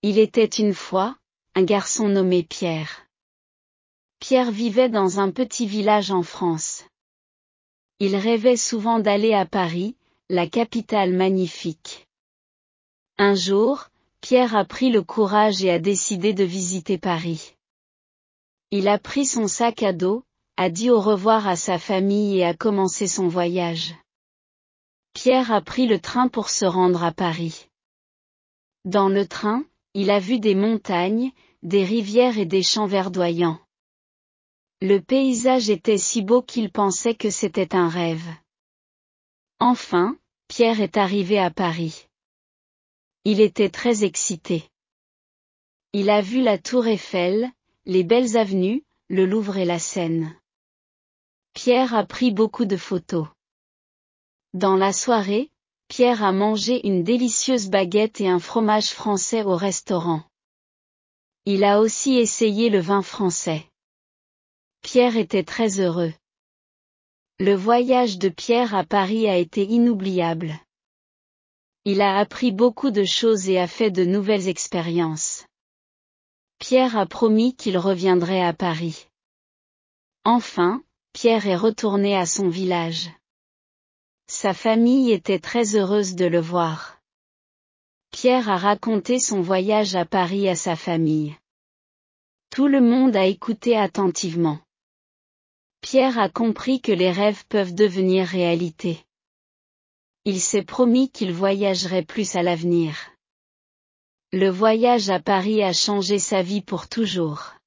Il était une fois, un garçon nommé Pierre. Pierre vivait dans un petit village en France. Il rêvait souvent d'aller à Paris, la capitale magnifique. Un jour, Pierre a pris le courage et a décidé de visiter Paris. Il a pris son sac à dos, a dit au revoir à sa famille et a commencé son voyage. Pierre a pris le train pour se rendre à Paris. Dans le train, il a vu des montagnes, des rivières et des champs verdoyants. Le paysage était si beau qu'il pensait que c'était un rêve. Enfin, Pierre est arrivé à Paris. Il était très excité. Il a vu la tour Eiffel, les belles avenues, le Louvre et la Seine. Pierre a pris beaucoup de photos. Dans la soirée, Pierre a mangé une délicieuse baguette et un fromage français au restaurant. Il a aussi essayé le vin français. Pierre était très heureux. Le voyage de Pierre à Paris a été inoubliable. Il a appris beaucoup de choses et a fait de nouvelles expériences. Pierre a promis qu'il reviendrait à Paris. Enfin, Pierre est retourné à son village. Sa famille était très heureuse de le voir. Pierre a raconté son voyage à Paris à sa famille. Tout le monde a écouté attentivement. Pierre a compris que les rêves peuvent devenir réalité. Il s'est promis qu'il voyagerait plus à l'avenir. Le voyage à Paris a changé sa vie pour toujours.